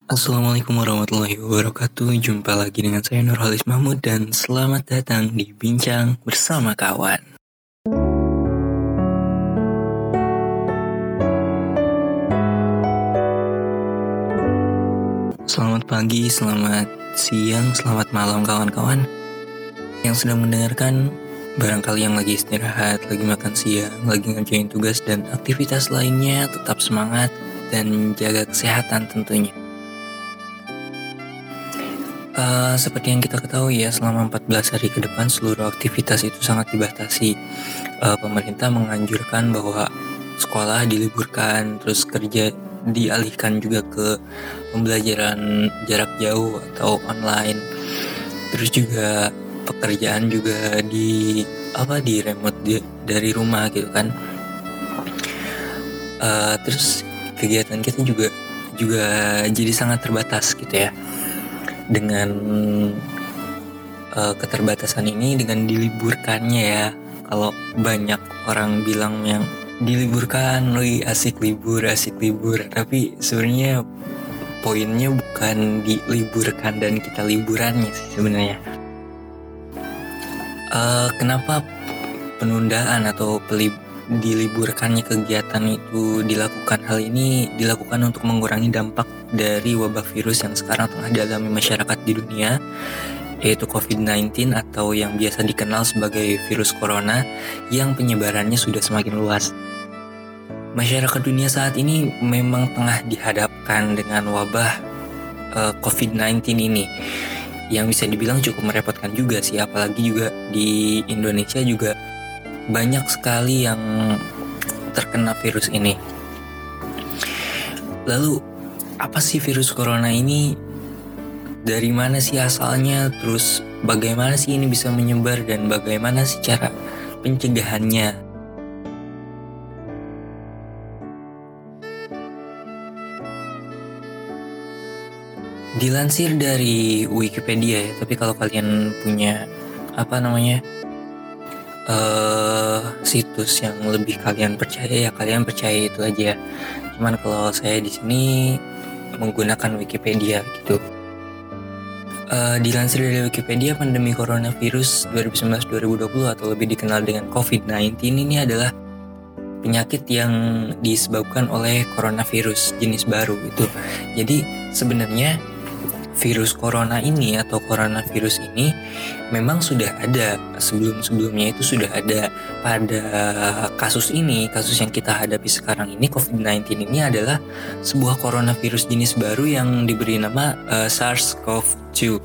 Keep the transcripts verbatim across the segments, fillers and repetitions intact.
Assalamualaikum warahmatullahi wabarakatuh. Jumpa lagi dengan saya Nurholis Mahmud dan selamat datang di Bincang Bersama Kawan. Selamat pagi, selamat siang, selamat malam kawan-kawan yang sedang mendengarkan. Barangkali yang lagi istirahat, lagi makan siang, lagi ngerjain tugas dan aktivitas lainnya, tetap semangat dan jaga kesehatan tentunya. Uh, seperti yang kita ketahui ya, selama empat belas hari ke depan seluruh aktivitas itu sangat dibatasi. Uh, pemerintah menganjurkan bahwa sekolah diliburkan, terus kerja dialihkan juga ke pembelajaran jarak jauh atau online. Terus juga pekerjaan juga di apa di remote di, dari rumah gitu kan. Uh, terus kegiatan kita juga juga jadi sangat terbatas gitu ya. Dengan uh, keterbatasan ini, dengan diliburkannya ya, kalau banyak orang bilang yang diliburkan, wih asik libur, asik libur, tapi sebenarnya poinnya bukan diliburkan dan kita liburannya sih sebenarnya. Uh, kenapa penundaan atau pelib diliburkannya kegiatan itu dilakukan? Hal ini dilakukan untuk mengurangi dampak dari wabah virus yang sekarang tengah dialami masyarakat di dunia, yaitu covid sembilan belas atau yang biasa dikenal sebagai virus corona yang penyebarannya sudah semakin luas. Masyarakat dunia saat ini memang tengah dihadapkan dengan wabah uh, covid sembilan belas ini yang bisa dibilang cukup merepotkan juga sih, apalagi juga di Indonesia juga banyak sekali yang terkena virus ini. Lalu apa sih virus corona ini? Dari mana sih asalnya? Terus bagaimana sih ini bisa menyebar dan bagaimana sih cara pencegahannya? Dilansir dari Wikipedia ya, tapi kalau kalian punya apa namanya? Uh, situs yang lebih kalian percaya ya kalian percaya itu aja. Cuman kalau saya di sini menggunakan Wikipedia gitu. Uh, dilansir dari Wikipedia, pandemi coronavirus dua ribu sembilan belas dua ribu dua puluh atau lebih dikenal dengan covid sembilan belas ini adalah penyakit yang disebabkan oleh coronavirus jenis baru gitu. Jadi sebenarnya virus corona ini atau coronavirus ini memang sudah ada sebelum-sebelumnya, itu sudah ada. Pada kasus ini, kasus yang kita hadapi sekarang ini, covid sembilan belas ini adalah sebuah coronavirus jenis baru yang diberi nama uh, SARS-CoV dua.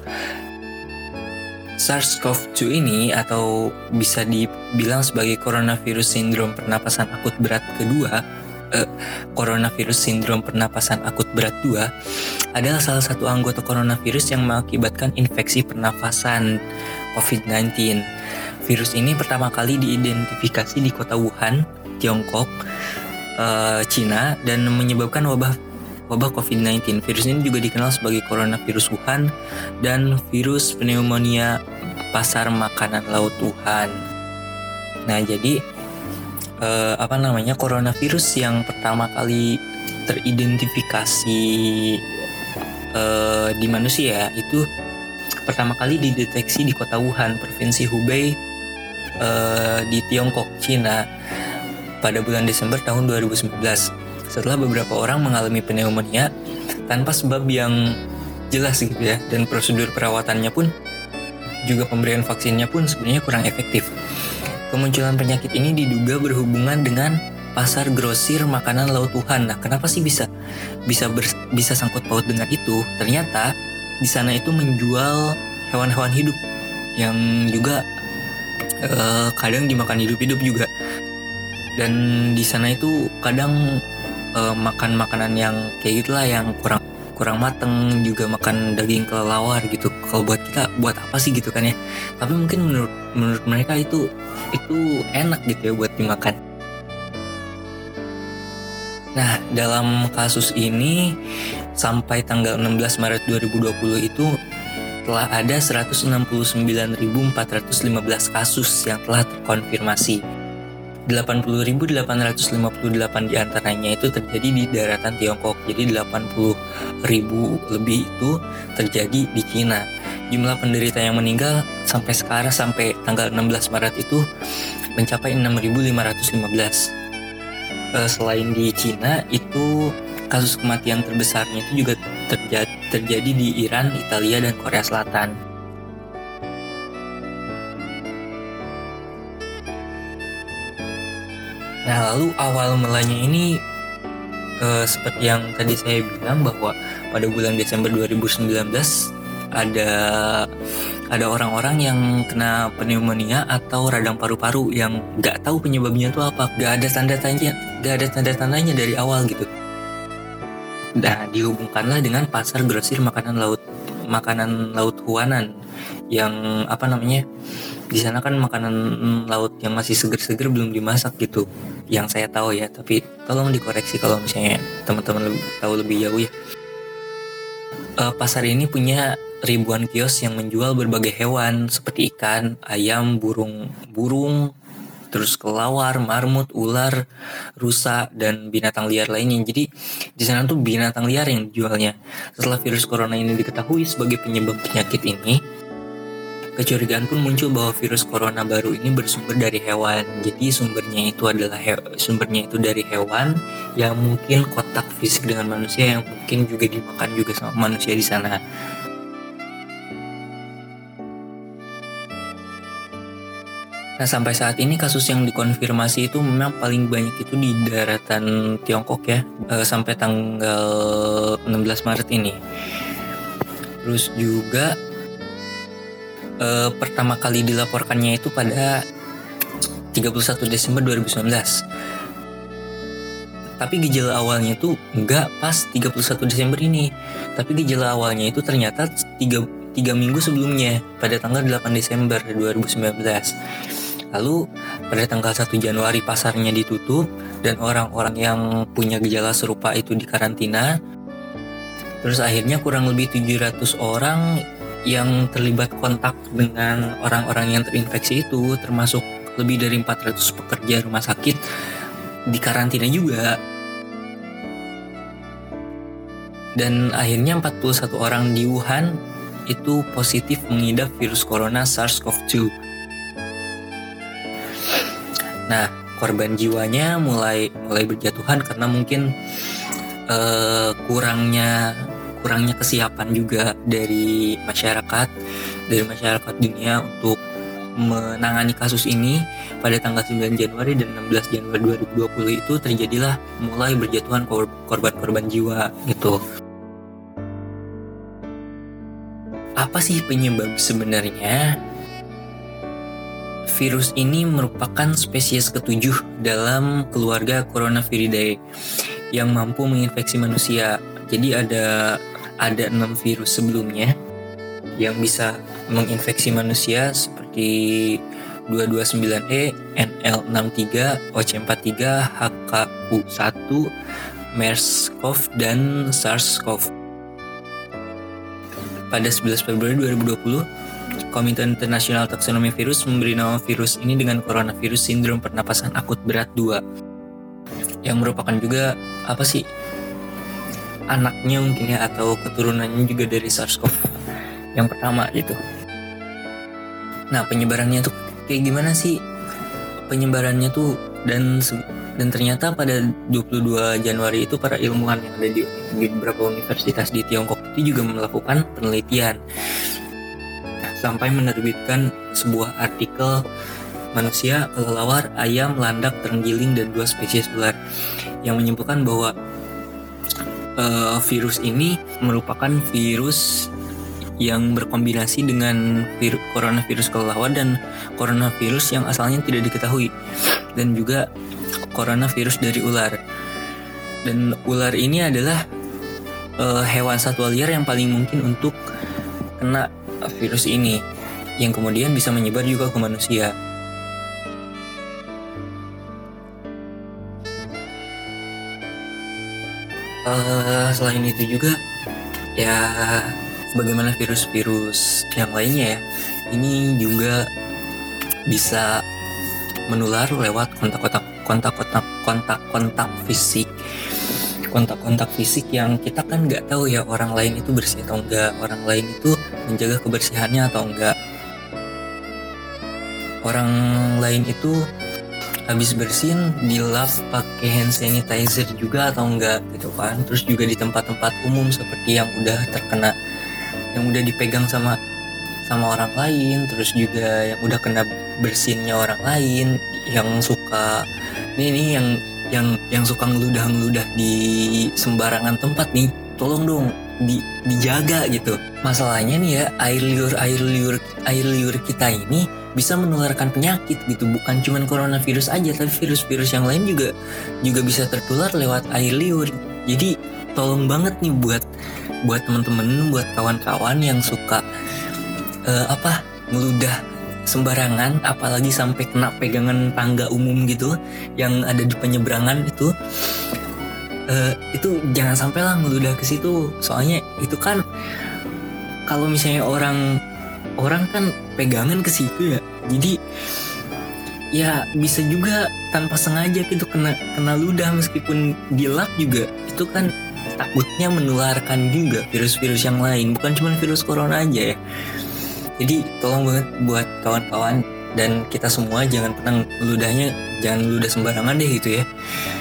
SARS-CoV dua ini atau bisa dibilang sebagai coronavirus sindrom pernapasan akut berat kedua, Uh, coronavirus sindrom pernapasan akut berat dua adalah salah satu anggota coronavirus yang mengakibatkan infeksi pernafasan covid sembilan belas. Virus ini pertama kali diidentifikasi di kota Wuhan, Tiongkok, uh, Cina, dan menyebabkan wabah wabah covid sembilan belas. Virus ini juga dikenal sebagai coronavirus Wuhan dan virus pneumonia pasar makanan laut Wuhan. Nah, jadi Uh, apa namanya coronavirus yang pertama kali teridentifikasi uh, di manusia itu pertama kali dideteksi di kota Wuhan, provinsi Hubei, uh, di Tiongkok, Cina pada bulan Desember tahun dua ribu sembilan belas. Setelah beberapa orang mengalami pneumonia tanpa sebab yang jelas gitu ya, dan prosedur perawatannya pun juga pemberian vaksinnya pun sebenarnya kurang efektif. Kemunculan penyakit ini diduga berhubungan dengan pasar grosir makanan laut Wuhan. Nah, kenapa sih bisa bisa ber, bisa sangkut paut dengan itu? Ternyata di sana itu menjual hewan-hewan hidup yang juga eh, kadang dimakan hidup-hidup juga. Dan di sana itu kadang eh, makan makanan yang kayak gitulah, yang kurang kurang mateng, juga makan daging kelelawar gitu. Kalau buat kita, buat apa sih gitu kan ya? Tapi mungkin menurut menurut mereka itu itu enak gitu ya buat dimakan. Nah, dalam kasus ini sampai tanggal enam belas Maret dua ribu dua puluh itu telah ada seratus enam puluh sembilan ribu empat ratus lima belas kasus yang telah terkonfirmasi. delapan puluh ribu delapan ratus lima puluh delapan diantaranya itu terjadi di daratan Tiongkok. Jadi delapan puluh ribu lebih itu terjadi di Cina. Jumlah penderita yang meninggal sampai sekarang sampai tanggal enam belas Maret itu mencapai enam ribu lima ratus lima belas. Uh, selain di Cina, itu kasus kematian terbesarnya itu juga terjadi, terjadi di Iran, Italia, dan Korea Selatan. Nah, lalu awal mulanya ini uh, seperti yang tadi saya bilang bahwa pada bulan Desember dua ribu sembilan belas ada ada orang-orang yang kena pneumonia atau radang paru-paru yang nggak tahu penyebabnya itu apa, nggak ada tanda-tandanya, nggak ada tanda-tandanya dari awal gitu. Nah, dihubungkanlah dengan pasar grosir makanan laut, makanan laut Huanan yang apa namanya di sana kan makanan laut yang masih seger-seger belum dimasak gitu, yang saya tahu ya. Tapi tolong dikoreksi kalau misalnya teman-teman lebih, tahu lebih jauh ya. Uh, pasar ini punya ribuan kios yang menjual berbagai hewan seperti ikan, ayam, burung, burung, terus kelawar, marmut, ular, rusa, dan binatang liar lainnya. Jadi di sana tuh binatang liar yang dijualnya. Setelah virus corona ini diketahui sebagai penyebab penyakit ini, kecurigaan pun muncul bahwa virus corona baru ini bersumber dari hewan. Jadi sumbernya itu adalah he- sumbernya itu dari hewan yang mungkin kontak fisik dengan manusia, yang mungkin juga dimakan juga sama manusia di sana. Nah, sampai saat ini kasus yang dikonfirmasi itu memang paling banyak itu di daratan Tiongkok ya, e, sampai tanggal enam belas Maret ini. Terus juga e, pertama kali dilaporkannya itu pada tiga puluh satu Desember dua ribu sembilan belas. Tapi gejala awalnya itu enggak pas tiga puluh satu Desember ini. Tapi gejala awalnya itu ternyata tiga, tiga minggu sebelumnya, pada tanggal delapan Desember dua ribu sembilan belas. Lalu pada tanggal satu Januari pasarnya ditutup dan orang-orang yang punya gejala serupa itu dikarantina. Terus akhirnya kurang lebih tujuh ratus orang yang terlibat kontak dengan orang-orang yang terinfeksi itu, termasuk lebih dari empat ratus pekerja rumah sakit, dikarantina juga. Dan akhirnya empat puluh satu orang di Wuhan itu positif mengidap virus corona SARS-CoV dua. Nah, korban jiwanya mulai mulai berjatuhan karena mungkin uh, kurangnya kurangnya kesiapan juga dari masyarakat dari masyarakat dunia untuk menangani kasus ini. Pada tanggal sembilan Januari dan enam belas Januari dua ribu dua puluh itu terjadilah mulai berjatuhan korban-korban jiwa gitu. Apa sih penyebab sebenarnya? Virus ini merupakan spesies ketujuh dalam keluarga Coronaviridae yang mampu menginfeksi manusia. Jadi ada ada enam virus sebelumnya yang bisa menginfeksi manusia seperti dua dua sembilan E, N L enam tiga, O C empat tiga, H K U satu, MERS-CoV, dan SARS-CoV. Pada sebelas Februari dua ribu dua puluh, Komite Internasional Taksonomi Virus memberi nama virus ini dengan coronavirus sindrom pernapasan akut berat dua, yang merupakan juga apa sih anaknya mungkin ya, atau keturunannya juga dari SARS-CoV yang pertama gitu. Nah, penyebarannya tuh kayak gimana sih penyebarannya tuh, dan dan ternyata pada dua puluh dua Januari itu para ilmuwan yang ada di, di beberapa universitas di Tiongkok itu juga melakukan penelitian sampai menerbitkan sebuah artikel manusia, kelelawar, ayam, landak, terenggiling, dan dua spesies ular yang menyimpulkan bahwa uh, virus ini merupakan virus yang berkombinasi dengan virus coronavirus kelelawar dan coronavirus yang asalnya tidak diketahui, dan juga coronavirus dari ular. Dan ular ini adalah uh, hewan satwa liar yang paling mungkin untuk kena virus ini, yang kemudian bisa menyebar juga ke manusia. Uh, selain itu juga ya, bagaimana virus-virus yang lainnya ya, ini juga bisa menular lewat kontak-kontak kontak-kontak kontak-kontak fisik. kontak-kontak fisik yang kita kan nggak tahu ya orang lain itu bersih atau enggak, orang lain itu menjaga kebersihannya atau enggak, orang lain itu habis bersin dilap pakai hand sanitizer juga atau enggak gitu kan. Terus juga di tempat-tempat umum seperti yang udah terkena, yang udah dipegang sama sama orang lain, terus juga yang udah kena bersinnya orang lain, yang suka nih nih yang yang yang suka ngeludah-ngeludah di sembarangan tempat nih, tolong dong di, dijaga gitu. Masalahnya nih ya, air liur air liur air liur kita ini bisa menularkan penyakit gitu, bukan cuman coronavirus aja, tapi virus-virus yang lain juga juga bisa tertular lewat air liur. Jadi tolong banget nih buat buat teman-teman, buat kawan-kawan yang suka uh, apa ngeludah sembarangan, apalagi sampai kena pegangan tangga umum gitu yang ada di penyeberangan itu, uh, itu jangan sampai lah ngeludah ke situ. Soalnya itu kan kalau misalnya orang orang kan pegangan ke situ ya, jadi ya bisa juga tanpa sengaja gitu kena kena ludah, meskipun dilap juga itu kan takutnya menularkan juga virus-virus yang lain, bukan cuma virus corona aja ya. Jadi tolong banget buat kawan-kawan dan kita semua jangan pernah ludahnya, jangan ludah sembarangan deh gitu ya.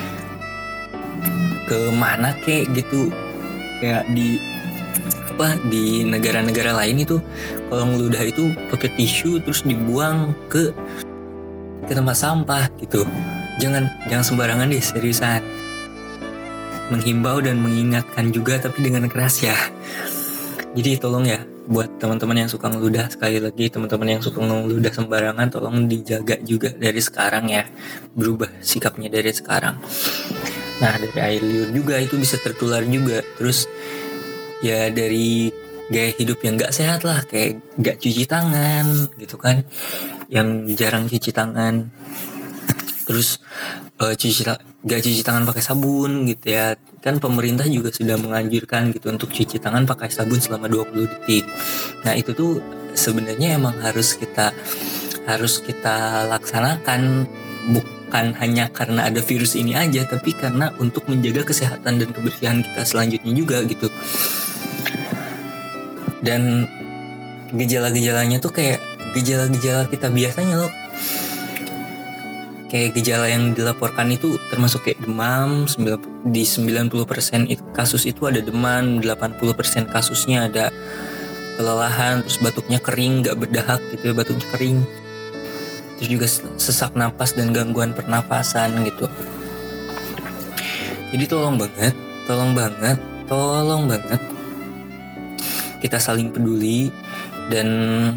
Kemana kek gitu, kayak di apa di negara-negara lain itu kalau ngeludah itu pakai tisu terus dibuang ke ke tempat sampah gitu. Jangan jangan sembarangan deh, seriusan. Menghimbau dan mengingatkan juga tapi dengan keras ya. Jadi tolong ya buat teman-teman yang suka ngeludah, sekali lagi teman-teman yang suka ngeludah sembarangan tolong dijaga juga dari sekarang ya, berubah sikapnya dari sekarang. Nah dari air liur juga itu bisa tertular juga. Terus ya dari gaya hidup yang gak sehat lah, kayak gak cuci tangan gitu kan, yang jarang cuci tangan, terus uh, cuci gak cuci tangan pakai sabun gitu ya. Kan pemerintah juga sudah menganjurkan gitu untuk cuci tangan pakai sabun selama dua puluh detik. Nah itu tuh sebenarnya emang harus kita harus kita laksanakan, bukan hanya karena ada virus ini aja, tapi karena untuk menjaga kesehatan dan kebersihan kita selanjutnya juga gitu. Dan gejala-gejalanya tuh kayak gejala-gejala kita biasanya loh. Kayak gejala yang dilaporkan itu termasuk kayak demam, di sembilan puluh persen kasus itu ada demam, delapan puluh persen kasusnya ada kelelahan, terus batuknya kering, gak berdahak gitu ya, batuknya kering. Terus juga sesak napas dan gangguan pernafasan gitu. Jadi tolong banget, tolong banget, tolong banget kita saling peduli. Dan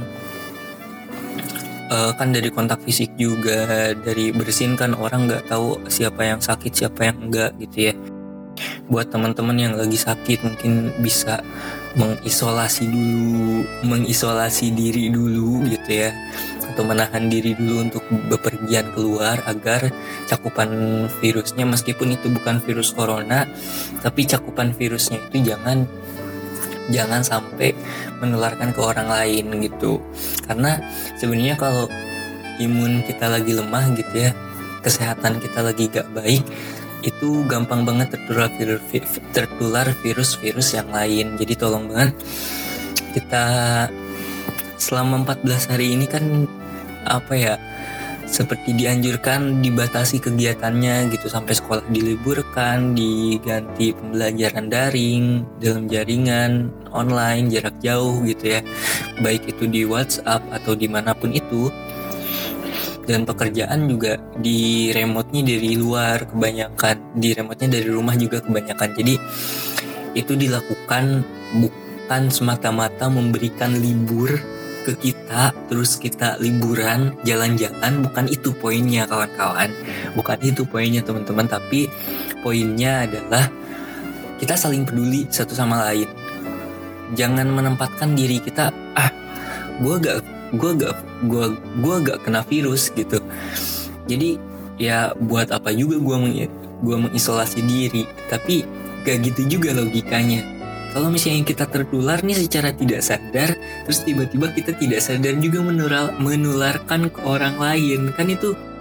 Uh, kan dari kontak fisik juga, dari bersin kan orang nggak tahu siapa yang sakit siapa yang enggak gitu ya. Buat teman-teman yang lagi sakit mungkin bisa mengisolasi dulu, mengisolasi diri dulu gitu ya, atau menahan diri dulu untuk bepergian keluar agar cakupan virusnya, meskipun itu bukan virus corona, tapi cakupan virusnya itu jangan jangan sampai menularkan ke orang lain gitu. Karena sebenarnya kalau imun kita lagi lemah gitu ya, kesehatan kita lagi gak baik, itu gampang banget tertular virus, tertular virus-virus yang lain. Jadi tolong banget kita selama empat belas hari ini kan apa ya, seperti dianjurkan dibatasi kegiatannya gitu, sampai sekolah diliburkan, diganti pembelajaran daring dalam jaringan online jarak jauh gitu ya, baik itu di WhatsApp atau dimanapun itu. Dan pekerjaan juga di remote-nya dari luar kebanyakan, di remote-nya dari rumah juga kebanyakan. Jadi itu dilakukan bukan semata-mata memberikan libur ke kita terus kita liburan jalan-jalan, bukan itu poinnya kawan-kawan, bukan itu poinnya teman-teman, tapi poinnya adalah kita saling peduli satu sama lain. Jangan menempatkan diri kita, ah gue gak gue gak gue gue gak kena virus gitu, jadi ya buat apa juga gue meng, gue mengisolasi diri. Tapi gak gitu juga logikanya. Kalau misalnya kita tertular nih secara tidak sadar, terus tiba-tiba kita tidak sadar juga menular, menularkan ke orang lain, kan itu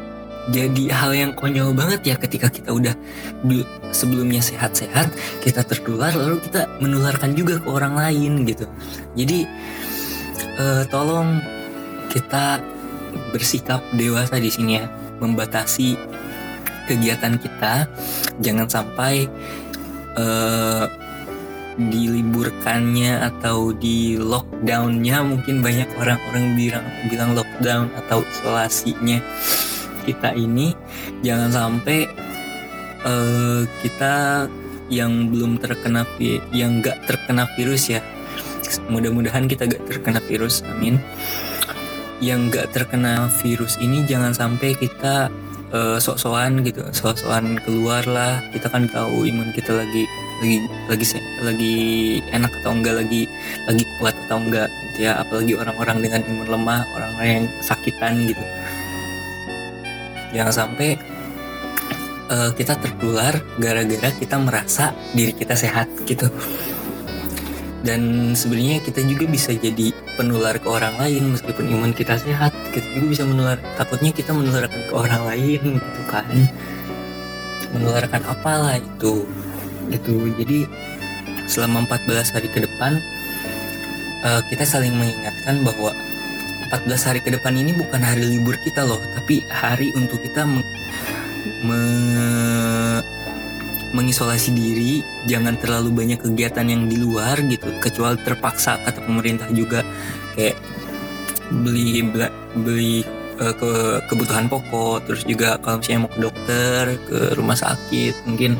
jadi hal yang konyol banget ya ketika kita udah du- sebelumnya sehat-sehat, kita tertular lalu kita menularkan juga ke orang lain gitu. Jadi uh, tolong kita bersikap dewasa di sini ya, membatasi kegiatan kita, jangan sampai uh, diliburkannya atau di lockdownnya, mungkin banyak orang-orang bilang bilang lockdown atau isolasinya kita ini, jangan sampai uh, kita yang belum terkena yang nggak terkena virus ya, mudah-mudahan kita nggak terkena virus, amin. Yang nggak terkena virus ini jangan sampai kita uh, sok-sokan gitu, sok-sokan keluar lah. Kita kan tahu imun kita lagi lagi lagi lagi enak atau enggak, lagi lagi kuat atau enggak gitu ya, apalagi orang-orang dengan imun lemah, orang-orang yang sakitan gitu. Jangan sampai uh, kita tertular gara-gara kita merasa diri kita sehat gitu. Dan sebenarnya kita juga bisa jadi penular ke orang lain meskipun imun kita sehat, kita juga bisa menular. Takutnya kita menularkan ke orang lain gitu kan, menularkan apalah itu gitu. Jadi selama empat belas hari ke depan uh, kita saling mengingatkan bahwa empat belas hari ke depan ini bukan hari libur kita loh, tapi hari untuk kita me- me- mengisolasi diri, jangan terlalu banyak kegiatan yang di luar gitu, kecuali terpaksa kata pemerintah juga, kayak beli beli uh, ke kebutuhan pokok, terus juga kalau misalnya mau ke dokter, ke rumah sakit mungkin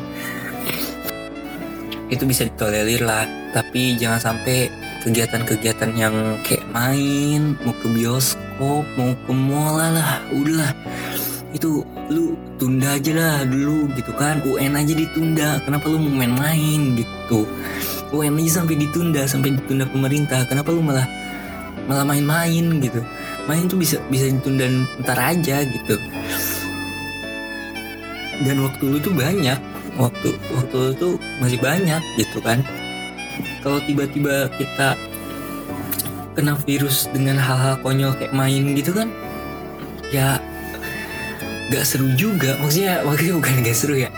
itu bisa ditolerir lah. Tapi jangan sampai kegiatan-kegiatan yang kayak main, mau ke bioskop, mau ke mall lah, udahlah itu lu tunda aja lah dulu gitu kan. U N aja ditunda, kenapa lu mau main-main gitu? U N aja sampai ditunda, sampai ditunda pemerintah, kenapa lu malah malah main-main gitu? Main tuh bisa bisa ditunda ntar aja gitu. Dan waktu lu tuh banyak, waktu waktu lu tuh masih banyak gitu kan. Kalau tiba-tiba kita kena virus dengan hal-hal konyol kayak main gitu kan, ya gak seru juga. Maksudnya maksudnya bukan gak seru ya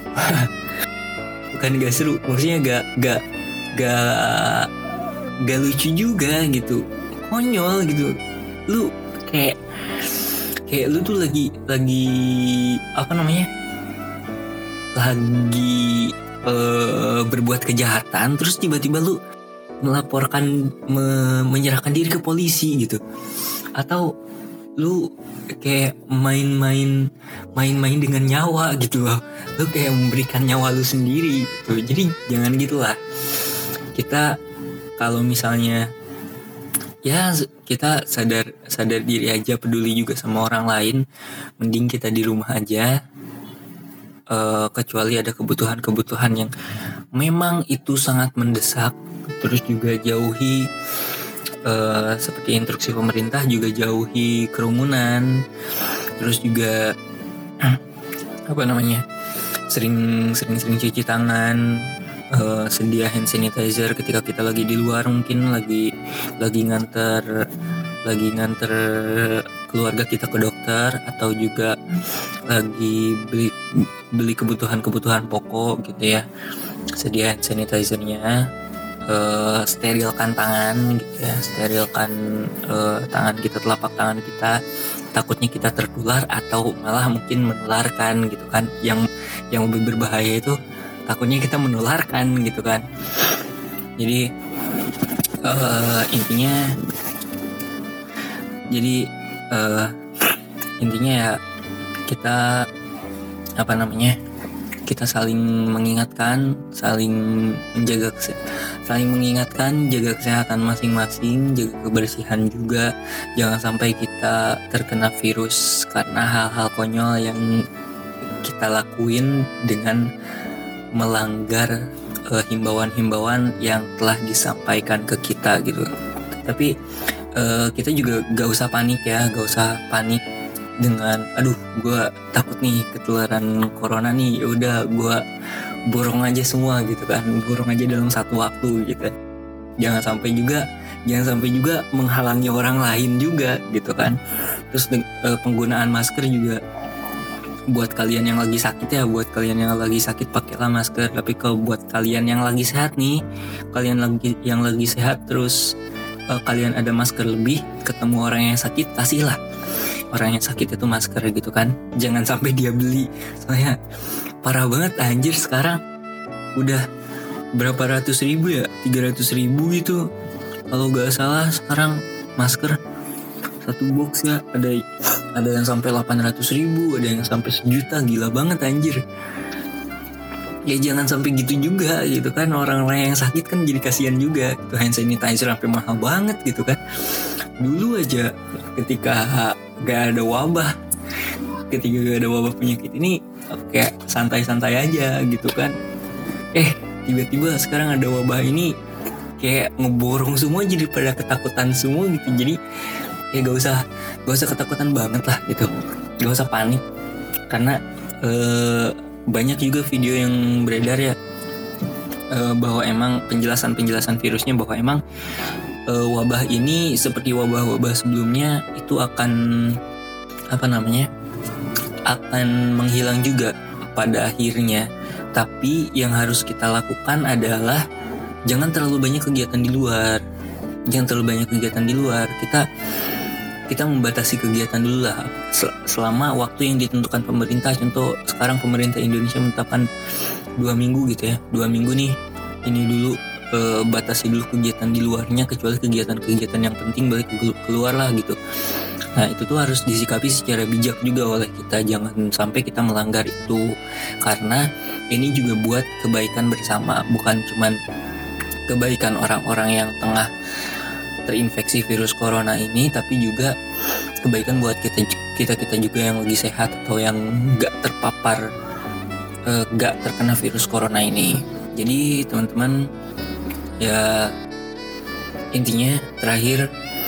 bukan gak seru maksudnya gak gak gak gak lucu juga gitu, konyol gitu. Lu kayak kayak lu tuh lagi lagi apa namanya lagi uh, berbuat kejahatan, terus tiba-tiba lu melaporkan me- menyerahkan diri ke polisi gitu, atau lu kayak main-main main-main dengan nyawa gitu loh. Lu kayak memberikan nyawa lu sendiri gitu. Jadi jangan gitulah. Kita kalau misalnya ya kita sadar sadar diri aja, peduli juga sama orang lain, mending kita di rumah aja. Uh, kecuali ada kebutuhan-kebutuhan yang memang itu sangat mendesak. Terus juga jauhi Uh, seperti instruksi pemerintah, juga jauhi kerumunan. Terus juga apa namanya sering sering sering cuci tangan, uh, sedia hand sanitizer ketika kita lagi di luar, mungkin lagi lagi nganter lagi nganter keluarga kita ke dokter, atau juga lagi beli beli kebutuhan-kebutuhan pokok gitu ya, sedia hand sanitizernya. Uh, sterilkan tangan gitu ya, sterilkan uh, tangan kita, telapak tangan kita, takutnya kita tertular atau malah mungkin menularkan gitu kan. Yang yang lebih berbahaya itu takutnya kita menularkan gitu kan. Jadi uh, intinya jadi uh, intinya ya kita apa namanya kita saling mengingatkan, saling menjaga saling mengingatkan, jaga kesehatan masing-masing, jaga kebersihan juga. Jangan sampai kita terkena virus karena hal-hal konyol yang kita lakuin dengan melanggar uh, himbauan-himbauan yang telah disampaikan ke kita gitu. Tapi uh, kita juga gak usah panik ya, gak usah panik dengan aduh gue takut nih ketularan corona nih, udah gue borong aja semua gitu kan, borong aja dalam satu waktu gitu. Jangan sampai juga jangan sampai juga menghalangi orang lain juga gitu kan. Terus uh, penggunaan masker juga buat kalian yang lagi sakit ya, buat kalian yang lagi sakit pakailah masker. Tapi kalau buat kalian yang lagi sehat nih, kalian lagi yang lagi sehat terus uh, kalian ada masker lebih, ketemu orang yang sakit, kasihlah orang yang sakit itu masker gitu kan. Jangan sampai dia beli, soalnya parah banget anjir sekarang udah berapa ratus ribu ya, tiga ratus ribu gitu kalau gak salah sekarang masker satu box ya. Ada ada yang sampai delapan ratus ribu, ada yang sampai sejuta, gila banget anjir. Ya jangan sampai gitu juga gitu kan, orang-orang yang sakit kan jadi kasihan juga gitu. Hand sanitizer sampai mahal banget gitu kan. Dulu aja ketika gak ada wabah, ketika gak ada wabah penyakit ini kayak santai-santai aja gitu kan. Eh tiba-tiba sekarang ada wabah ini kayak ngeborong semua, jadi pada ketakutan semua gitu. Jadi ya gak usah gak usah ketakutan banget lah gitu, gak usah panik. Karena eh, banyak juga video yang beredar ya eh, bahwa emang penjelasan-penjelasan virusnya bahwa emang eh, wabah ini seperti wabah-wabah sebelumnya itu akan apa namanya akan menghilang juga pada akhirnya. Tapi yang harus kita lakukan adalah jangan terlalu banyak kegiatan di luar. Jangan terlalu banyak kegiatan di luar. Kita kita membatasi kegiatan dulu lah selama waktu yang ditentukan pemerintah. Contoh sekarang pemerintah Indonesia menetapkan dua minggu gitu ya, dua minggu nih ini dulu e, batasi dulu kegiatan di luarnya, kecuali kegiatan-kegiatan yang penting balik keluar lah gitu. Nah itu tuh harus disikapi secara bijak juga oleh kita, jangan sampai kita melanggar itu, karena ini juga buat kebaikan bersama, bukan cuman kebaikan orang-orang yang tengah terinfeksi virus corona ini, tapi juga kebaikan buat kita kita kita juga yang lagi sehat atau yang nggak terpapar, eh, nggak terkena virus corona ini. Jadi teman-teman ya intinya terakhir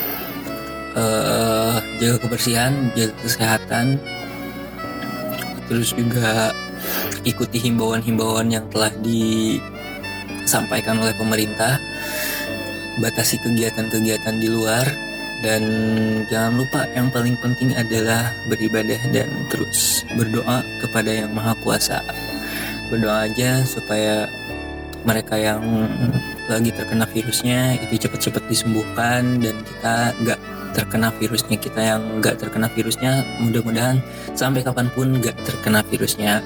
eh, jaga kebersihan, jaga kesehatan, terus juga ikuti himbauan-himbauan yang telah disampaikan oleh pemerintah. Batasi kegiatan-kegiatan di luar, dan jangan lupa yang paling penting adalah beribadah dan terus berdoa kepada Yang Maha Kuasa. Berdoa aja supaya mereka yang lagi terkena virusnya itu cepat-cepat disembuhkan, dan kita gak terkena virusnya. Kita yang gak terkena virusnya mudah-mudahan sampai kapanpun gak terkena virusnya.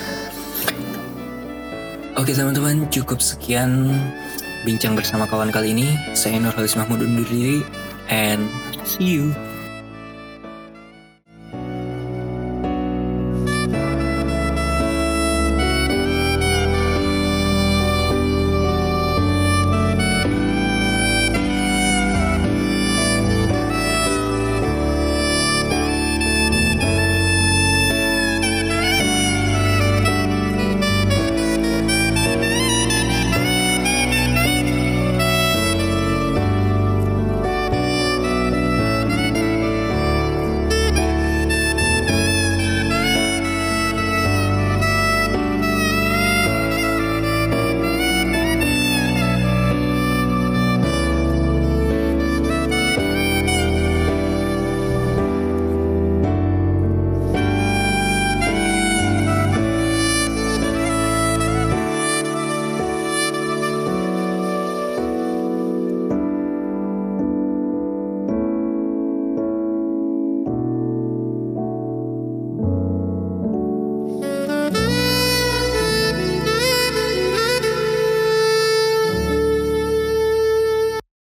Oke teman-teman, cukup sekian bincang bersama kawan kali ini. Saya Nurhalis Mahmud undur diri, and see you.